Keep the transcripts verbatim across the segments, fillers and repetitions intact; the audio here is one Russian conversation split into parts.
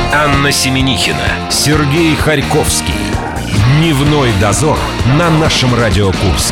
Анна Семенихина, Сергей Харьковский. Дневной дозор на нашем Радио Курск.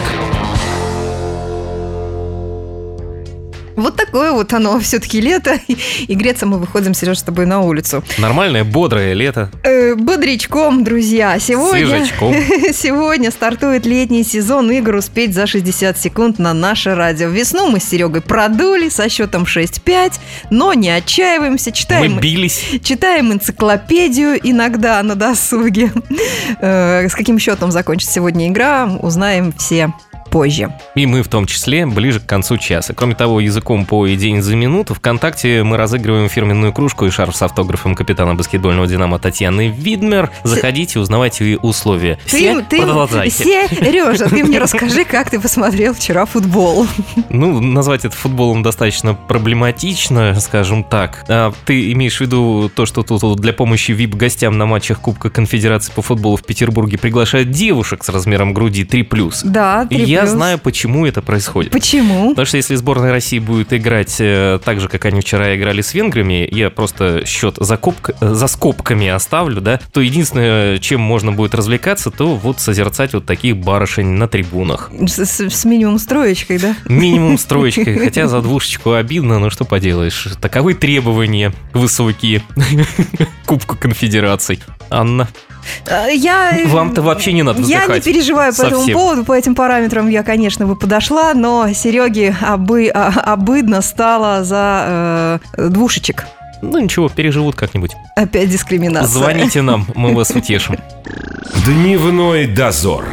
Вот такое вот оно все-таки лето. И греться мы выходим, Сереж, с тобой на улицу. Нормальное, бодрое лето. Э, бодрячком, друзья. Сегодня, Свежачком. Сегодня стартует летний сезон игр «Успеть за шестьдесят секунд» на наше радио. Весну мы с Серегой продули со счетом шесть пять, но не отчаиваемся. Читаем, мы бились. Читаем энциклопедию иногда на досуге. Э, с каким счетом закончится сегодня игра, узнаем все позже. И мы в том числе ближе к концу часа. Кроме того, языком по идее за минуту ВКонтакте мы разыгрываем фирменную кружку и шарф с автографом капитана баскетбольного «Динамо» Татьяны Видмер. Заходите, узнавайте условия. Все, ты, продолжайте. Сережа, ты мне расскажи, как ты посмотрел вчера футбол. Ну, назвать это футболом достаточно проблематично, скажем так. А ты имеешь в виду то, что тут для помощи ви ай пи-гостям на матчах Кубка Конфедерации по футболу в Петербурге приглашают девушек с размером груди три плюс? Да, три плюс. Я знаю, почему это происходит. Почему? Потому что если сборная России будет играть э, так же, как они вчера играли с венграми, я просто счет за, копк... за скобками оставлю, да, то единственное, чем можно будет развлекаться, то вот созерцать вот таких барышень на трибунах. С, с, с минимум строечкой, да? Минимум строечкой, хотя за двушечку обидно, но что поделаешь. Таковы требования высокие Кубку Конфедераций. Анна? Я... Вам-то вообще не надо вздыхать. Я не переживаю по Совсем. этому поводу, по этим параметрам я, конечно, бы подошла, но Сереге обы... обыдно стало за э, двушечек. Ну ничего, переживут как-нибудь. Опять дискриминация. Звоните нам, мы вас утешим. Дневной дозор.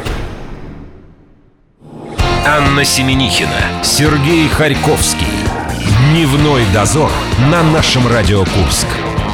Анна Семенихина, Сергей Харьковский. Дневной дозор на нашем Радио Курск.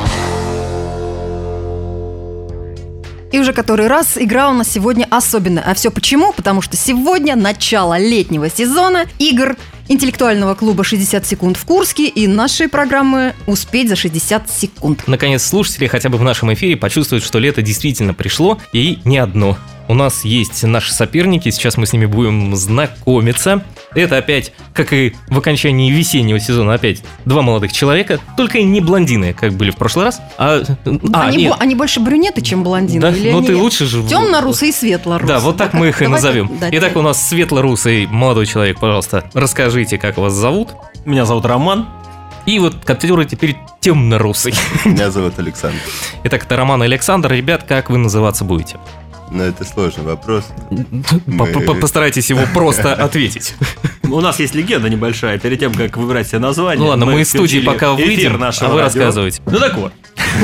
И уже который раз игра у нас сегодня особенная. А все почему? Потому что сегодня начало летнего сезона игр интеллектуального клуба «шестьдесят секунд» в Курске и нашей программы «Успеть за шестьдесят секунд». Наконец, слушатели хотя бы в нашем эфире почувствуют, что лето действительно пришло, и не одно. У нас есть наши соперники, сейчас мы с ними будем знакомиться. Это опять, как и в окончании весеннего сезона, опять два молодых человека, только не блондины, как были в прошлый раз. А, а, они, бо- они больше брюнеты, чем блондины. Да? Или ну они... ты лучше же... Темно-русый и светло-русый. Да, вот так да, мы их и назовем. Да, Итак, у нас светло-русый молодой человек, пожалуйста, расскажите, как вас зовут. Меня зовут Роман. И вот который теперь темно-русый. Меня зовут Александр. Итак, это Роман и Александр. Ребят, как вы называться будете? Ну, это сложный вопрос. Постарайтесь его просто ответить. У нас есть легенда небольшая. Перед тем, как выбирать себе название, Ну ладно, мы из студии пока выйдем, а вы рассказывайте. Ну так вот.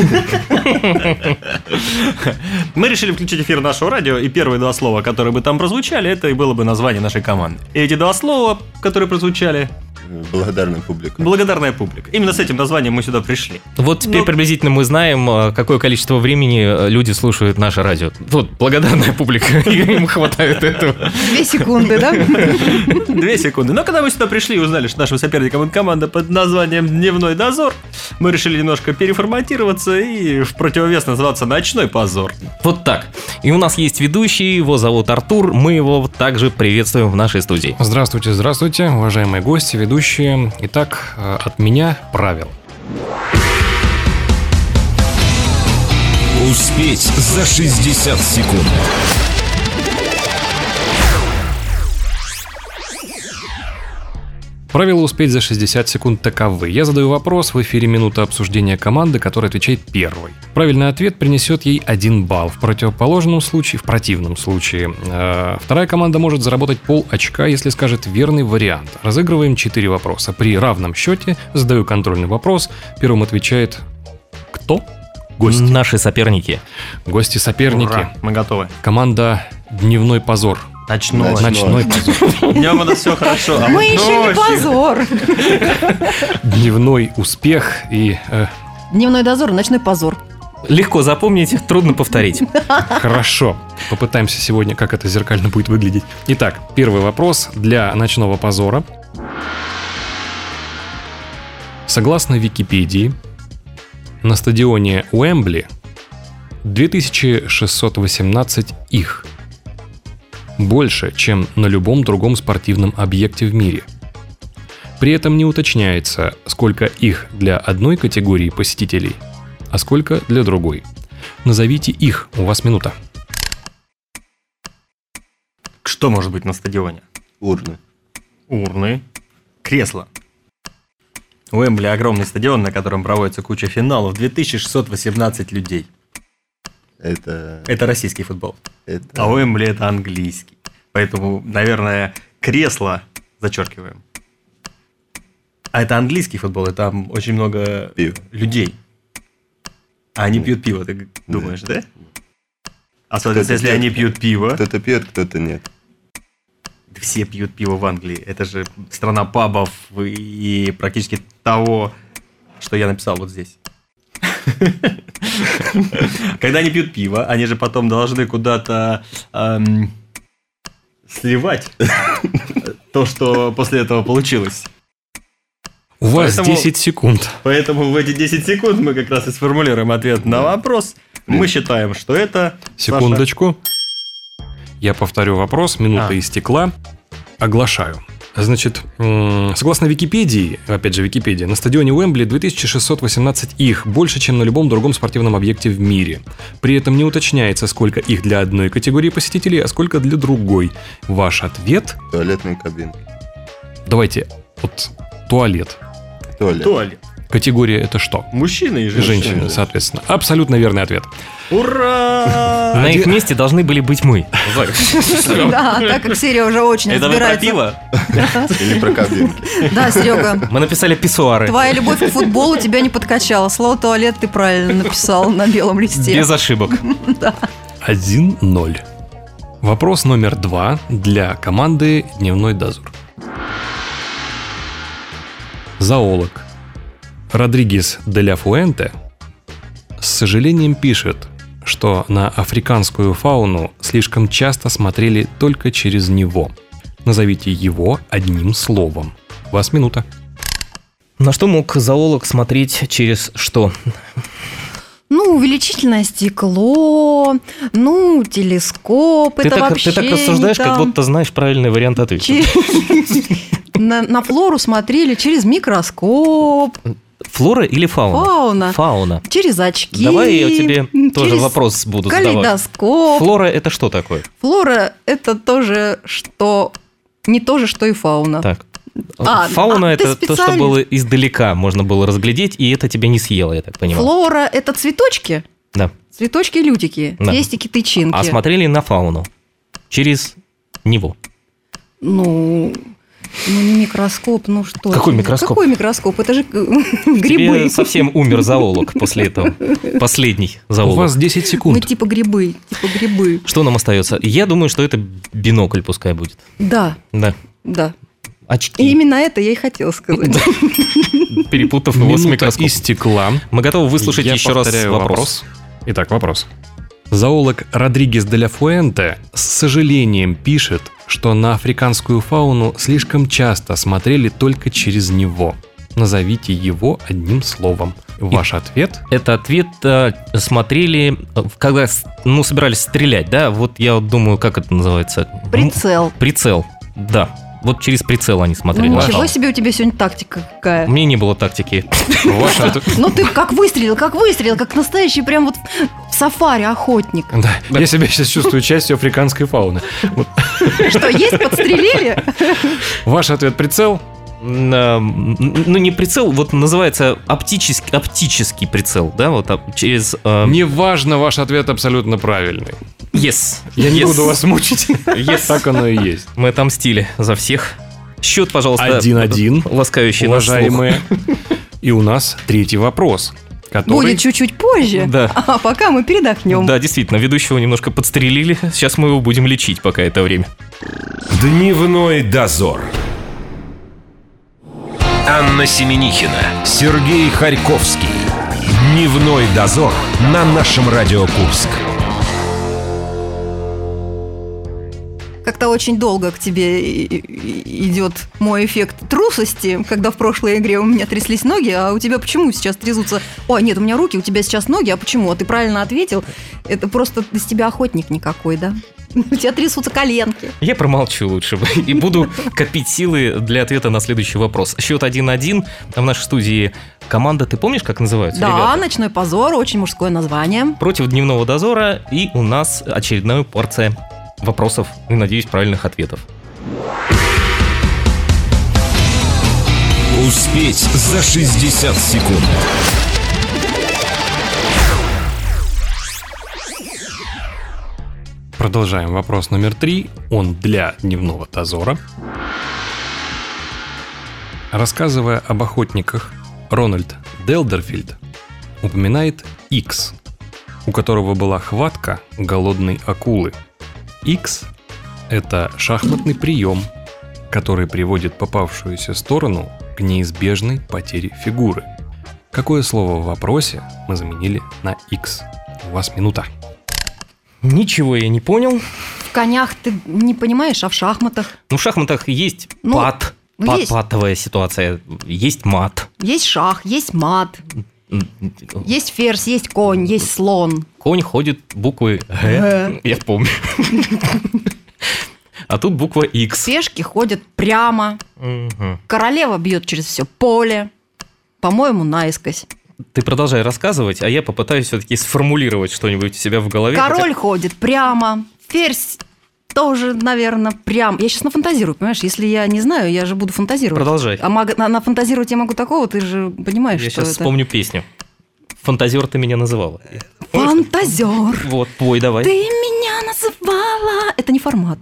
Мы решили включить эфир нашего радио, и первые два слова, которые бы там прозвучали, это и было бы название нашей команды. И эти два слова, которые прозвучали... Благодарная публика. Благодарная публика. Именно с этим названием мы сюда пришли. Вот теперь Но... приблизительно мы знаем, какое количество времени люди слушают наше радио. Вот, благодарная публика, им хватает этого. Две секунды, да? Две секунды. Но когда мы сюда пришли и узнали, что нашим соперником это команда под названием «Дневной дозор», мы решили немножко переформатироваться и в противовес называться «Ночной позор». Вот так. И у нас есть ведущий, его зовут Артур, мы его также приветствуем в нашей студии. Здравствуйте, здравствуйте, уважаемые гости, ведущие. Итак, от меня правило. Успеть за шестьдесят секунд. Правила «Успеть за шестьдесят секунд» таковы. Я задаю вопрос, в эфире минута обсуждения команды, которая отвечает первой. Правильный ответ принесет ей один балл. В противоположном случае, в противном случае, э, вторая команда может заработать пол очка, если скажет верный вариант. Разыгрываем четыре вопроса. При равном счете задаю контрольный вопрос. Первым отвечает кто? Гости. Наши соперники. Гости-соперники. Ура, мы готовы. Команда «Дневной позор». Ночной. Ночной позор. Днем у нас все хорошо. А Мы еще не позор. Дневной успех и... Э... Дневной дозор, ночной позор. Легко запомнить, трудно повторить. Хорошо. Попытаемся сегодня, как это зеркально будет выглядеть. Итак, первый вопрос для ночного позора. Согласно Википедии, на стадионе Уэмбли две тысячи шестьсот восемнадцать их. Больше, чем на любом другом спортивном объекте в мире. При этом не уточняется, сколько их для одной категории посетителей, а сколько для другой. Назовите их, у вас минута. Что может быть на стадионе? Урны. Урны. Кресла. Уэмбли — огромный стадион, на котором проводится куча финалов. две тысячи шестьсот восемнадцать людей. Это... Это российский футбол. это... А Уэмбли — это английский. Поэтому, наверное, кресла зачеркиваем. А это английский футбол, и там очень много Пиво. людей. А они пьют пиво, ты думаешь, да? Да. А соответственно, Кто-то если пьет. они пьют пиво, Кто-то пьет, кто-то нет. все пьют пиво в Англии. Это же страна пабов и практически того, что я написал вот здесь. Когда они пьют пиво, они же потом должны куда-то эм, сливать то, что после этого получилось. У вас Поэтому- десять секунд. Поэтому в эти десять секунд мы как раз и сформулируем ответ на вопрос. Мы считаем, что это... Саша, Секундочку. Я повторю вопрос, минута А. истекла. Оглашаю. Значит, м, согласно Википедии, опять же Википедия, на стадионе Уэмбли две тысячи шестьсот восемнадцать их, больше, чем на любом другом спортивном объекте в мире. При этом не уточняется, сколько их для одной категории посетителей, а сколько для другой. Ваш ответ? Туалетные кабинки. Давайте, вот туалет. Туалет. Туалет. Категория это что? Мужчины и женщины. Женщины, соответственно. Абсолютно верный ответ. Ура! На их месте должны были быть мы. Да, так как Сережа очень Это вы про разбирается. пиво? Или про кабинки. Да, Серега, Мы написали писсуары. твоя любовь к футболу тебя не подкачала. Слово туалет ты правильно написал на белом листе. Без ошибок. один ноль. Вопрос номер два для команды «Дневной дозор». Зоолог Родригес де ля Фуэнте с сожалением пишет, что на африканскую фауну слишком часто смотрели только через него. Назовите его одним словом. У вас минута. На что мог зоолог смотреть через что? Ну, увеличительное стекло, ну, телескоп, Ты это так, вообще ты так рассуждаешь, не как там. будто знаешь правильный вариант ответа. Че- На, на флору смотрели через микроскоп, Флора или фауна? фауна, Фауна. через очки. Давай я тебе тоже через вопрос буду задавать. калейдоскоп. Флора это что такое? Флора – это тоже, что... Не то же, что и фауна. Так. А, Фауна а ты это то, что специалист. было издалека, можно было разглядеть, и это тебя не съело, я так понимаю. Флора – это цветочки, Да. цветочки-лютики, Да. пестики, тычинки. А смотрели на фауну через него. Ну, ну, не микроскоп, ну что? Какой это? микроскоп? Какой микроскоп? Это же Тебе грибы. совсем умер зоолог после этого. Последний У зоолог. вас десять Мы секунд. типа грибы, типа грибы. Что нам остается? Я думаю, что это бинокль пускай будет. Да, Да. да. Очки. И именно это я и хотела сказать. Перепутав его с Минута микроскопом. истекла. Мы готовы выслушать Я еще раз повторяю вопрос. Итак, вопрос. Зоолог Родригес де ля Фуэнте с сожалением пишет, что на африканскую фауну слишком часто смотрели только через него. Назовите его одним словом. Ваш ответ? Это ответ э, смотрели, э, когда с- ну, собирались стрелять, да? Вот я вот думаю, как это называется? Прицел. М, Прицел, да. Вот через прицел они смотрели. Ну, на ничего фауну. себе у тебя сегодня тактика какая. Мне не было тактики. Ваш ответ? Ну ты как выстрелил, как выстрелил, как настоящий прям вот в сафари охотник. Да, я себя сейчас чувствую частью африканской фауны. Вот. Что, есть подстрелили? Ваш ответ прицел? М, э, м, Ну, не прицел, вот называется оптический, оптический прицел, да? Вот оп- через... э, Неважно, ваш ответ абсолютно правильный. Yes. Я не Yes. буду вас мучить. Yes. Так оно и есть. Мы отомстили за всех. Счет, пожалуйста. Один-один. Ласкающий наш слух. Уважаемые. И у нас третий вопрос, который... Будет чуть-чуть позже. Да. А пока мы передохнем. Да, действительно, ведущего немножко подстрелили. Сейчас мы его будем лечить, пока это время. Дневной дозор. Анна Семенихина, Сергей Харьковский. Дневной дозор на нашем Радио Курск. Как-то очень долго к тебе и- и- идет мой эффект трусости, когда в прошлой игре у меня тряслись ноги, а у тебя почему сейчас трясутся? О, нет, у меня руки, у тебя сейчас ноги, а почему? А ты правильно ответил. Это просто из тебя охотник никакой, да? У тебя трясутся коленки. Я промолчу лучше и буду копить силы для ответа на следующий вопрос. Счет один-один. В нашей студии команда, ты помнишь, как называются, Да, ребята? «Ночной позор», очень мужское название. Против «Дневного дозора», и у нас очередная порция вопросов и, надеюсь, правильных ответов. Успеть за шестьдесят секунд. Продолжаем. Вопрос номер три. Он для «Дневного дозора». Рассказывая об охотниках, Рональд Делдерфильд упоминает X, у которого была хватка голодной акулы. X – это шахматный прием, который приводит попавшуюся сторону к неизбежной потере фигуры. Какое слово в вопросе мы заменили на X? У вас минута. Ничего я не понял. В конях ты не понимаешь, а в шахматах? Ну, в шахматах есть Ну, пат, ну, пат- есть. патовая ситуация, есть мат. Есть шах, есть мат, есть ферзь, есть конь, есть слон. Конь ходит буквы Г, Г. я помню. А тут буква X. Пешки ходят прямо. Мгм. Королева бьет через все поле. По-моему, наискось. Ты продолжай рассказывать, а я попытаюсь все-таки сформулировать что-нибудь у себя в голове. Король хотя- ходит прямо. Ферзь тоже, наверное, прямо. Я сейчас нафантазирую, понимаешь? Если я не знаю, я же буду фантазировать. Продолжай. А маг- на- нафантазировать я могу такого, ты же понимаешь, Я что сейчас это. вспомню песню. Фантазер ты меня называла. Фантазер. Вот, пой давай. Ты меня называла. Это не формат.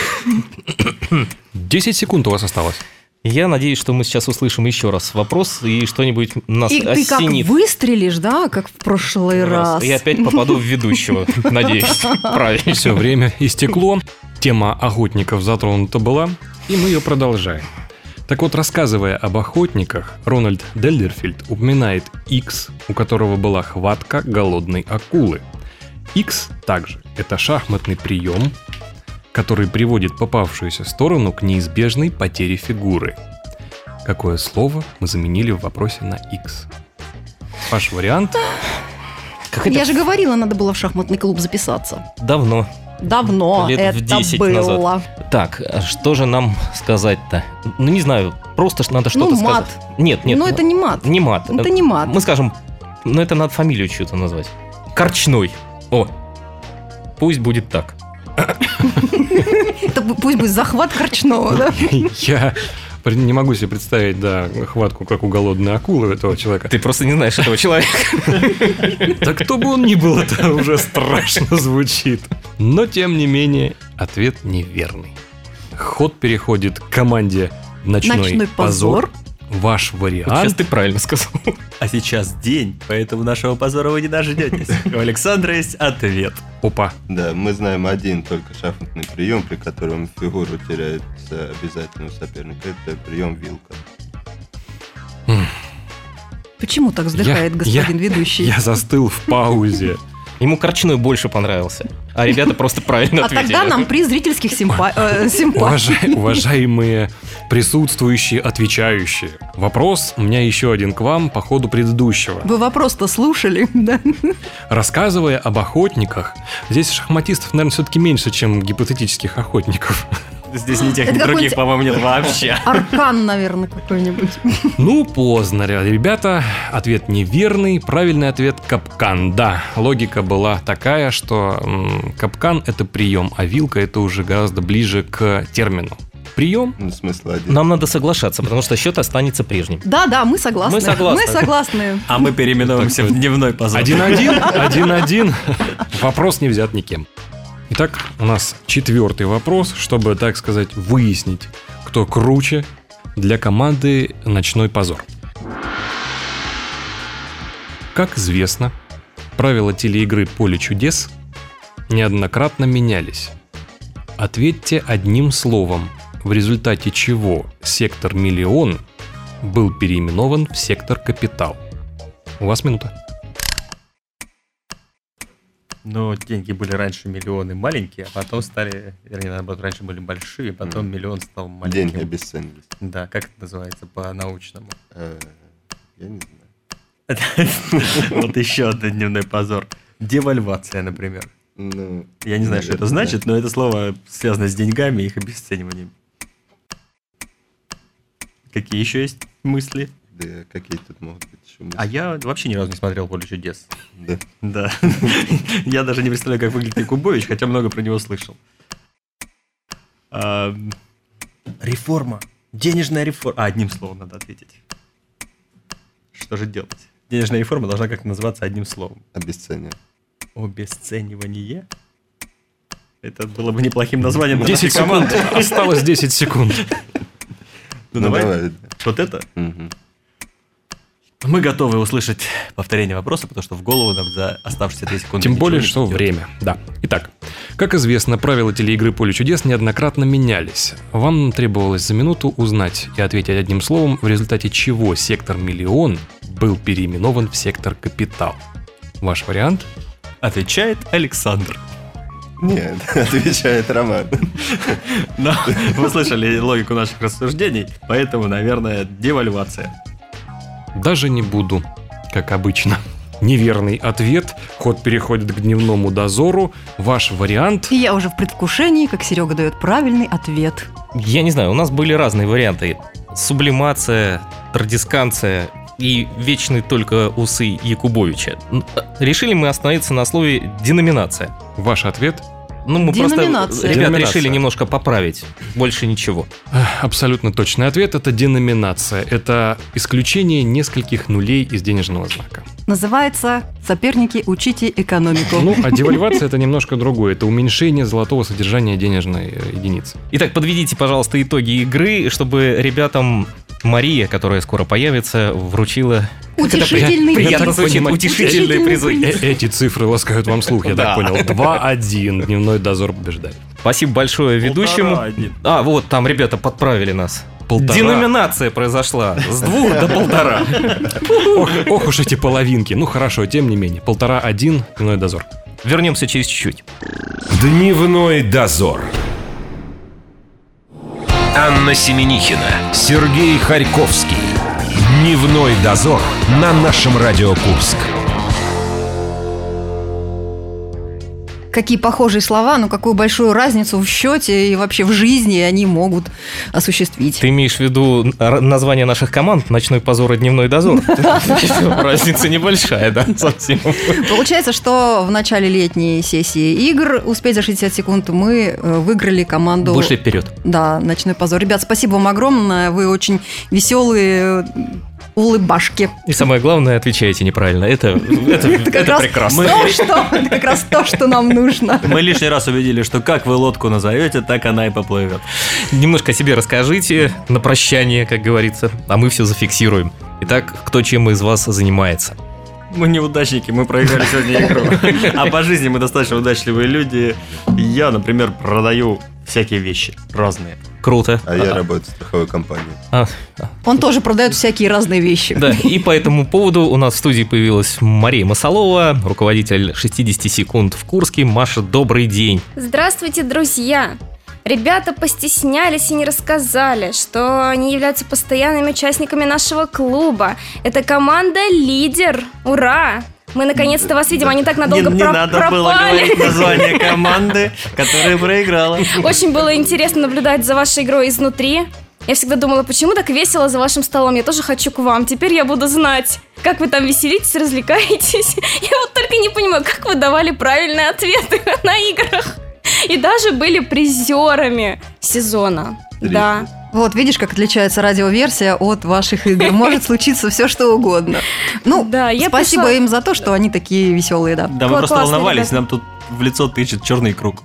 десять секунд у вас осталось. Я надеюсь, что мы сейчас услышим еще раз вопрос и что-нибудь нас И ты как осенит. выстрелишь, да, как в прошлый раз. И опять попаду в ведущего, надеюсь. Правильно. Все время истекло. Тема охотников затронута была, и мы ее продолжаем. Так вот, рассказывая об охотниках, Рональд Делдерфильд упоминает X, у которого была хватка голодной акулы. X также это шахматный прием, который приводит попавшуюся сторону к неизбежной потере фигуры. Какое слово мы заменили в вопросе на X? Ваш вариант? Как это Я же говорила, надо было в шахматный клуб записаться. давно. Давно Лет в это десять было. назад. Так, а что же нам сказать-то? Ну, не знаю, просто ж надо что-то Ну, сказать. мат. Нет, нет. Ну, это не мат. Не мат. Это не мат. Мы скажем, ну, это надо фамилию чью-то назвать. Корчной. О, пусть будет так. Это пусть будет захват Корчного, да? Я не могу себе представить, да, хватку, как у голодной акулы этого человека. Ты просто не знаешь этого человека. Да кто бы он ни был, это уже страшно звучит. Но, тем не менее, ответ неверный. Ход переходит к команде «Ночной, Ночной позор». Ваш Вот вариант. сейчас ты правильно сказал. А сейчас день, поэтому нашего позора вы не дождетесь. У Александра есть ответ. Опа. Да, мы знаем один только шахматный прием, при котором фигуру теряется обязательно у соперника. Это прием вилка. Почему так вздыхает Я- господин я- ведущий? Я застыл в паузе. Ему Корчной больше понравился. А ребята просто правильно А ответили. тогда нам приз зрительских симпа- э, симпатий. Уважай- уважаемые присутствующие, отвечающие. Вопрос у меня еще один к вам по ходу предыдущего. Вы вопрос-то слушали, да? Рассказывая об охотниках, здесь шахматистов, наверное, все-таки меньше, чем гипотетических охотников. Здесь ни тех, Это ни других, какой-нибудь- по-моему, нет вообще. Аркан, наверное, какой-нибудь. Ну, поздно, ребята. Ответ неверный. Правильный ответ – капкан. Да, логика была такая, что м, капкан – это прием, а вилка – это уже гораздо ближе к термину. Прием? Ну, смысл один. Нам надо соглашаться, потому что счет останется прежним. Да, да, мы согласны. Мы согласны. Мы согласны. А мы переименуемся в дневной позор. Один-один, один-один. Вопрос не взят никем. Итак, у нас четвертый вопрос, чтобы, так сказать, выяснить, кто круче для команды «Ночной позор». Как известно, правила телеигры «Поле чудес» неоднократно менялись. Ответьте одним словом, в результате чего сектор «Миллион» был переименован в сектор «Капитал». У вас минута. Ну, деньги были раньше миллионы маленькие, а потом стали, вернее, наоборот, раньше были большие, потом миллион стал маленьким. Деньги обесценились. Да, как это называется по-научному? Э, Я не знаю. Вот еще один дневной позор. Девальвация, например. Ну, Я не знаю, что это наверное, значит, но это слово связано с деньгами и их обесцениванием. Какие еще есть мысли? Да, какие тут могут быть еще мысли? А я вообще ни разу не смотрел «Поле чудес». Да. Да. Я даже не представляю, как выглядит Якубович, хотя много про него слышал. А, реформа. Денежная реформа. А, одним словом надо ответить. Что же делать? Денежная реформа должна как-то называться одним словом. Обесценивание. Обесценивание? Это было бы неплохим названием для десять нашей секунд. команды. Осталось десять секунд. Ну, Ну, давай. давай. да. Вот это? Мгм. Мы готовы услышать повторение вопроса, потому что в голову нам за оставшиеся две секунды Тем ничего более, не что придет. время. Да. Итак, как известно, правила телеигры «Поле чудес» неоднократно менялись. Вам требовалось за минуту узнать и ответить одним словом, в результате чего сектор «Миллион» был переименован в сектор «Капитал». Ваш вариант? Отвечает Александр. Нет, отвечает Роман. Но вы слышали логику наших рассуждений, поэтому, наверное, девальвация. Даже не буду, как обычно. Неверный ответ. Ход переходит к дневному дозору. Ваш вариант? И я уже в предвкушении, как Серега дает правильный ответ. Я не знаю, у нас были разные варианты. Сублимация, традисканция и вечные только усы Якубовича. Н- Решили мы остановиться на слове деноминация. Ваш ответ? Ну, мы просто, Деноминация. ребят, Деноминация. решили немножко поправить. Больше ничего. Эх, Абсолютно точный ответ. Это деноминация. Это исключение нескольких нулей из денежного знака. Называется «Соперники, учите экономику». Ну, а девальвация это немножко другое. Это уменьшение золотого содержания денежной э, единицы. Итак, подведите, пожалуйста, итоги игры, чтобы ребятам Мария, которая скоро появится, вручила... Утешительный Приятно приз. звучит, утешительные призы. приз. Э, Эти цифры ласкают вам слух, я Да. так понял. два один. Дневной дозор побеждает. Спасибо большое ведущему. Полтора, один. А, вот, там ребята подправили нас. Полтора. Деноминация произошла с двух до полтора. Ох, ох уж эти половинки. Ну хорошо, тем не менее. Полтора один. Дневной дозор. Вернемся через чуть-чуть. Дневной дозор. Анна Семенихина, Сергей Харьковский. Дневной дозор на нашем Радио Курск. Какие похожие слова, но какую большую разницу в счете и вообще в жизни они могут осуществить. Ты имеешь в виду р- название наших команд «Ночной позор» и «Дневной дозор»? Разница небольшая, да, совсем. Получается, что в начале летней сессии игр «Успеть за шестьдесят секунд» мы э, выиграли команду... Вышли вперед. Да, «Ночной позор». Ребят, спасибо вам огромное. Вы очень веселые э, улыбашки. И самое главное, отвечаете неправильно. Это, это, Это как это раз прекрасно. то, что, это как раз то, что нам нужно. Мы лишний раз увидели, что как вы лодку назовете, так она и поплывет. Немножко о себе расскажите на прощание, как говорится, а мы все зафиксируем. Итак, кто чем из вас занимается? Мы неудачники, мы проиграли сегодня игру. А по жизни мы достаточно удачливые люди. Я, например, продаю всякие вещи разные. Круто. А я работаю в страховой компании. А, Он тоже продает всякие разные вещи. да, и по этому поводу у нас в студии появилась Мария Масалова, руководитель шестьдесят секунд в Курске. Маша, добрый день. Здравствуйте, друзья! Ребята постеснялись и не рассказали, что они являются постоянными участниками нашего клуба. Это команда «Лидер». Ура! Мы наконец-то вас видим, они так надолго не, не про- надо было пропали. говорить название команды, которая проиграла. Очень было интересно наблюдать за вашей игрой изнутри. Я всегда думала, почему так весело за вашим столом? Я тоже хочу к вам. Теперь я буду знать, как вы там веселитесь, развлекаетесь. Я вот только не понимаю, как вы давали правильные ответы на играх. И даже были призерами сезона. Три. Да. Вот, видишь, как отличается радиоверсия от ваших игр. Может случиться все, что угодно. Ну, Да, я спасибо пришла- им за то, что они такие веселые, да. Да, мы Кла- просто классные волновались, ребята. нам тут в лицо тычет черный круг.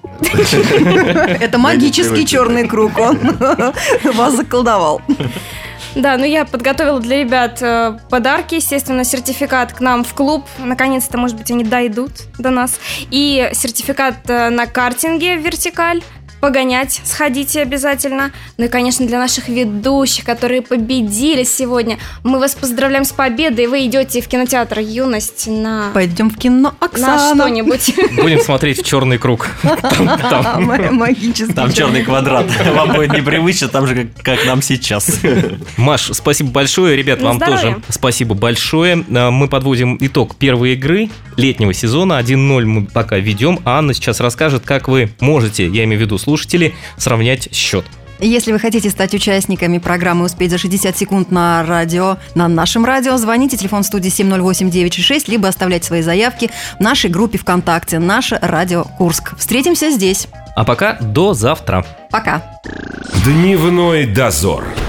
Это магический черный круг, он вас заколдовал. Да, ну я подготовила для ребят э, подарки, естественно, сертификат к нам в клуб. Наконец-то, может быть, они дойдут до нас. И сертификат э, на картинге в вертикаль. Погонять сходите обязательно. Ну и, конечно, для наших ведущих, которые победили сегодня, мы вас поздравляем с победой. Вы идете в кинотеатр «Юность» на, Пойдем в кино, на Оксана. что-нибудь. Будем смотреть в черный круг. Там- там. Магический Там черный квадрат. Вам будет непривычно, там же как, как нам сейчас. Маш, спасибо большое. Ребят, На вам здоровье. тоже спасибо большое. А, Мы подводим итог первой игры. летнего сезона. один ноль мы пока ведем, а Анна сейчас расскажет, как вы можете, я имею в виду слушатели, сравнять счет. Если вы хотите стать участниками программы «Успеть за шестьдесят секунд» на радио, на нашем радио, звоните, телефон студии семь ноль восемь девять шесть шесть, либо оставляйте свои заявки в нашей группе ВКонтакте «Наше радио Курск». Встретимся здесь. А пока до завтра. Пока. Дневной дозор.